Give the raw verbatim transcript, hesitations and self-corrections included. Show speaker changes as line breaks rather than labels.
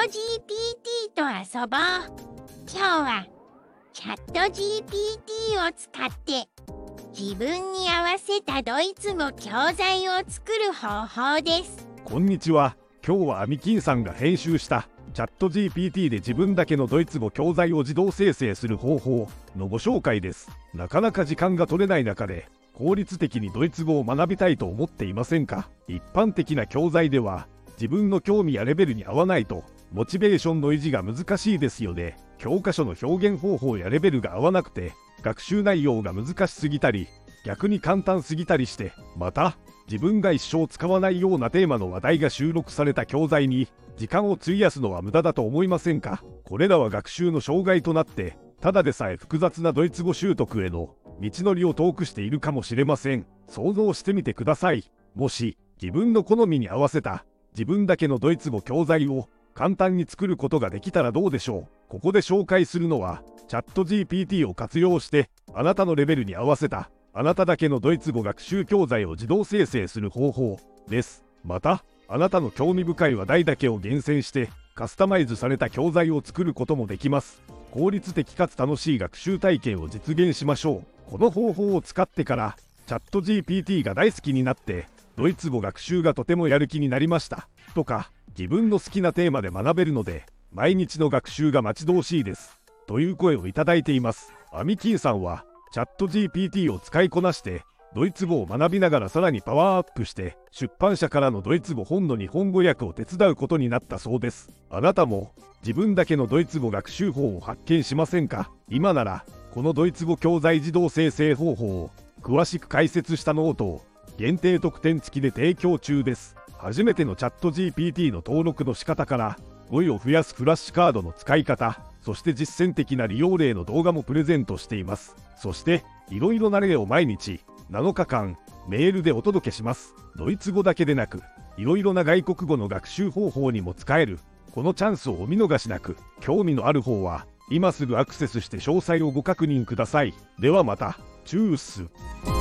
ジーピーティー と遊ぼう。今日はチャット ジーピーティー を使って自分に合わせたドイツ語教材を作る方法です。
こんにちは。今日はアミキンさんが編集したチャット ジーピーティー で自分だけのドイツ語教材を自動生成する方法のご紹介です。なかなか時間が取れない中で効率的にドイツ語を学びたいと思っていませんか？一般的な教材では自分の興味やレベルに合わないとモチベーションの維持が難しいですよね。教科書の表現方法やレベルが合わなくて学習内容が難しすぎたり逆に簡単すぎたりして、また自分が一生使わないようなテーマの話題が収録された教材に時間を費やすのは無駄だと思いませんか？これらは学習の障害となってただでさえ複雑なドイツ語習得への道のりを遠くしているかもしれません。想像してみてください。もし自分の好みに合わせた自分だけのドイツ語教材を簡単に作ることができたらどうでしょう。ここで紹介するのはチャット ジーピーティー を活用してあなたのレベルに合わせたあなただけのドイツ語学習教材を自動生成する方法です。またあなたの興味深い話題だけを厳選してカスタマイズされた教材を作ることもできます。効率的かつ楽しい学習体験を実現しましょう。この方法を使ってからチャット ジーピーティー が大好きになってドイツ語学習がとてもやる気になりましたとか、自分の好きなテーマで学べるので毎日の学習が待ち遠しいですという声をいただいています。アミキンさんはチャット ジーピーティー を使いこなしてドイツ語を学びながらさらにパワーアップして出版社からのドイツ語本の日本語訳を手伝うことになったそうです。あなたも自分だけのドイツ語学習法を発見しませんか？今ならこのドイツ語教材自動生成方法を詳しく解説したノートを限定特典付きで提供中です。初めてのチャット ジーピーティー の登録の仕方から語彙を増やすフラッシュカードの使い方、そして実践的な利用例の動画もプレゼントしています。そしていろいろな例を毎日なのかかんメールでお届けします。ドイツ語だけでなくいろいろな外国語の学習方法にも使えるこのチャンスをお見逃しなく。興味のある方は今すぐアクセスして詳細をご確認ください。ではまた。チュース。